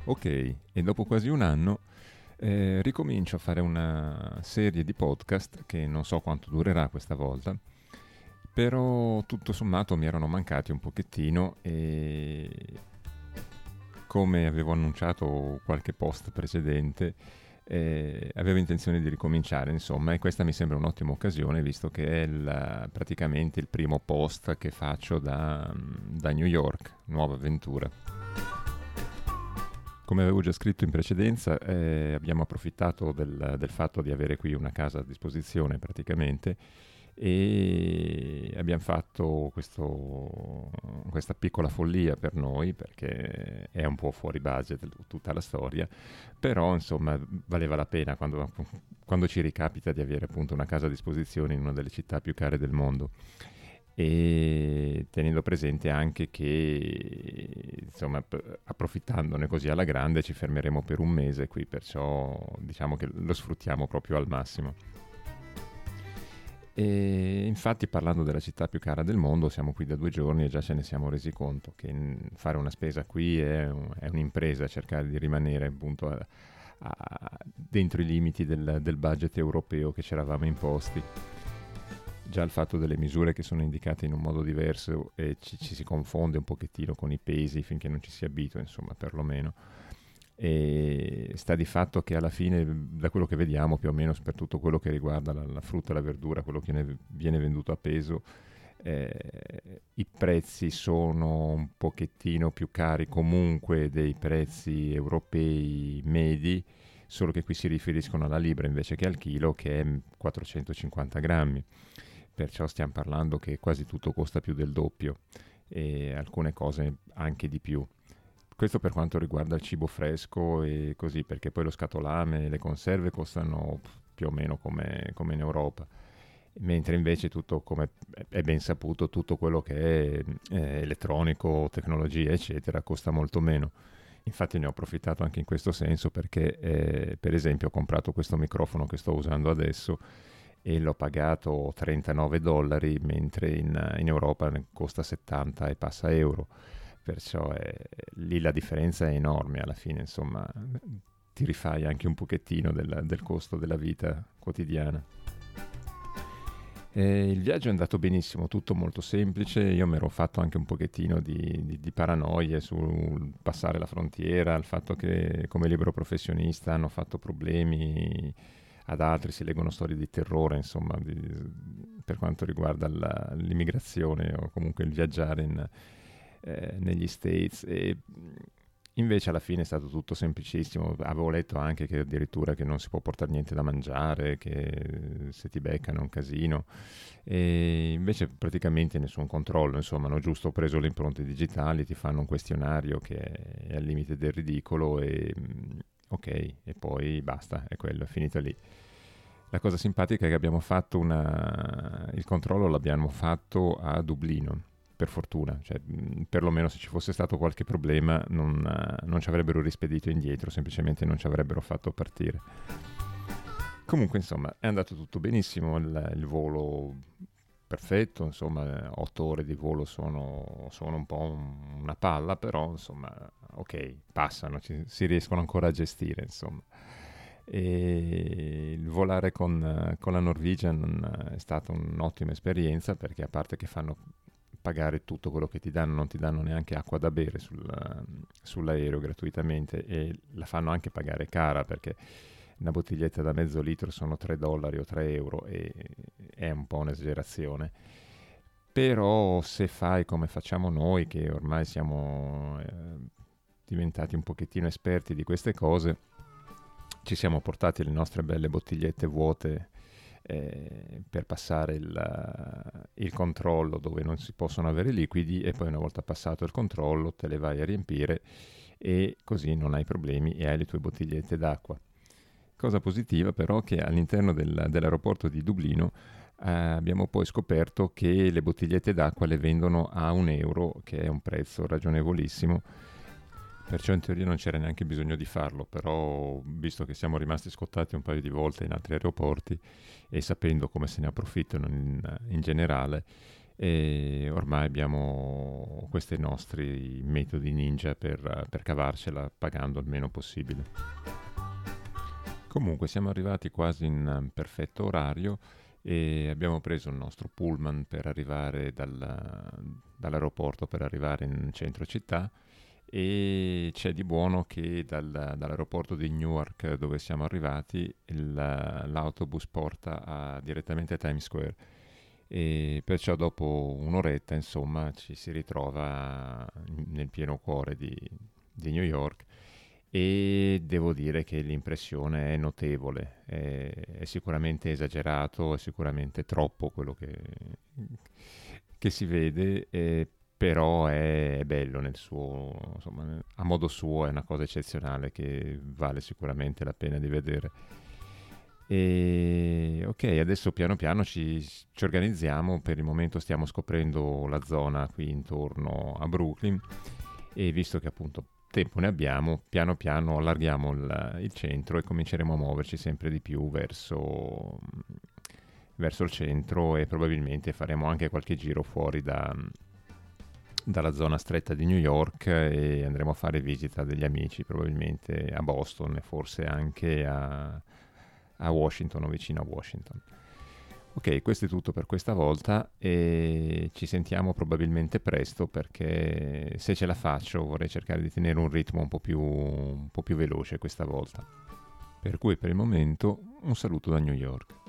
Ok, e dopo quasi un anno ricomincio a fare una serie di podcast che non so quanto durerà questa volta, però tutto sommato mi erano mancati un pochettino e come avevo annunciato qualche post precedente, avevo intenzione di ricominciare, insomma, e questa mi sembra un'ottima occasione visto che è praticamente il primo post che faccio da New York, nuova avventura. Come avevo già scritto in precedenza, abbiamo approfittato del fatto di avere qui una casa a disposizione praticamente e abbiamo fatto questa piccola follia per noi perché è un po' fuori budget tutta la storia, però insomma valeva la pena quando ci ricapita di avere appunto una casa a disposizione in una delle città più care del mondo e tenendo presente anche che insomma approfittandone così alla grande ci fermeremo per un mese qui, perciò diciamo che lo sfruttiamo proprio al massimo. E infatti parlando della città più cara del mondo siamo qui da 2 giorni e già ce ne siamo resi conto che fare una spesa qui è un'impresa, cercare di rimanere appunto dentro i limiti del budget europeo che ci eravamo imposti. Già il fatto delle misure che sono indicate in un modo diverso e ci si confonde un pochettino con i pesi finché non ci si abitua, insomma, perlomeno. E sta di fatto che alla fine, da quello che vediamo, più o meno per tutto quello che riguarda la frutta e la verdura, quello che viene venduto a peso, i prezzi sono un pochettino più cari comunque dei prezzi europei medi, solo che qui si riferiscono alla libra invece che al chilo, che è 450 grammi. Perciò stiamo parlando che quasi tutto costa più del doppio e alcune cose anche di più. Questo per quanto riguarda il cibo fresco e così, perché poi lo scatolame e le conserve costano più o meno come in Europa, mentre invece tutto, come è ben saputo, tutto quello che è elettronico, tecnologia, eccetera, costa molto meno. Infatti ne ho approfittato anche in questo senso perché, per esempio, ho comprato questo microfono che sto usando adesso e l'ho pagato $39, mentre in Europa ne costa 70 e passa euro. Perciò lì la differenza è enorme alla fine, insomma, ti rifai anche un pochettino del costo della vita quotidiana. Il viaggio è andato benissimo, tutto molto semplice, io mi ero fatto anche un pochettino di paranoie sul passare la frontiera, il fatto che come libero professionista hanno fatto problemi ad altri, si leggono storie di terrore, insomma, per quanto riguarda l'immigrazione o comunque il viaggiare negli States. E invece alla fine è stato tutto semplicissimo. Avevo letto anche che addirittura che non si può portare niente da mangiare, che se ti beccano è un casino. E invece praticamente nessun controllo, insomma, hanno giusto preso le impronte digitali, ti fanno un questionario che è al limite del ridicolo e ok, e poi basta, è quello, è finita lì. La cosa simpatica è che abbiamo fatto il controllo l'abbiamo fatto a Dublino, per fortuna, cioè, perlomeno se ci fosse stato qualche problema non ci avrebbero rispedito indietro, semplicemente non ci avrebbero fatto partire. Comunque insomma è andato tutto benissimo, il volo perfetto, insomma 8 ore di volo sono un po' una palla, però insomma ok, passano, si riescono ancora a gestire, insomma. E il volare con la Norwegian è stata un'ottima esperienza perché a parte che fanno pagare tutto quello che ti danno, non ti danno neanche acqua da bere sull'aereo gratuitamente e la fanno anche pagare cara perché una bottiglietta da mezzo litro sono $3 o 3 euro e è un po' un'esagerazione. Però se fai come facciamo noi, che ormai siamo diventati un pochettino esperti di queste cose, ci siamo portati le nostre belle bottigliette vuote per passare il controllo dove non si possono avere liquidi e poi una volta passato il controllo te le vai a riempire e così non hai problemi e hai le tue bottigliette d'acqua. Cosa positiva però che all'interno dell'aeroporto di Dublino abbiamo poi scoperto che le bottigliette d'acqua le vendono a 1 euro, che è un prezzo ragionevolissimo. Perciò in teoria non c'era neanche bisogno di farlo, però visto che siamo rimasti scottati un paio di volte in altri aeroporti e sapendo come se ne approfittano in generale, e ormai abbiamo questi nostri metodi ninja per cavarcela pagando il meno possibile. Comunque siamo arrivati quasi in perfetto orario e abbiamo preso il nostro pullman per arrivare dall'aeroporto per arrivare in centro città e c'è di buono che dall'aeroporto di Newark dove siamo arrivati l'autobus porta direttamente a Times Square e perciò dopo un'oretta insomma ci si ritrova nel pieno cuore di New York e devo dire che l'impressione è notevole, è sicuramente esagerato, è sicuramente troppo quello che si vede, però è bello nel suo, insomma, a modo suo è una cosa eccezionale che vale sicuramente la pena di vedere. E ok, adesso piano piano ci organizziamo, per il momento stiamo scoprendo la zona qui intorno a Brooklyn e visto che appunto tempo ne abbiamo, piano piano allarghiamo il centro e cominceremo a muoverci sempre di più verso il centro e probabilmente faremo anche qualche giro fuori dalla zona stretta di New York e andremo a fare visita degli amici, probabilmente a Boston e forse anche a Washington o vicino a Washington. Ok, questo è tutto per questa volta e ci sentiamo probabilmente presto perché se ce la faccio vorrei cercare di tenere un ritmo un po' più veloce questa volta. Per cui per il momento un saluto da New York.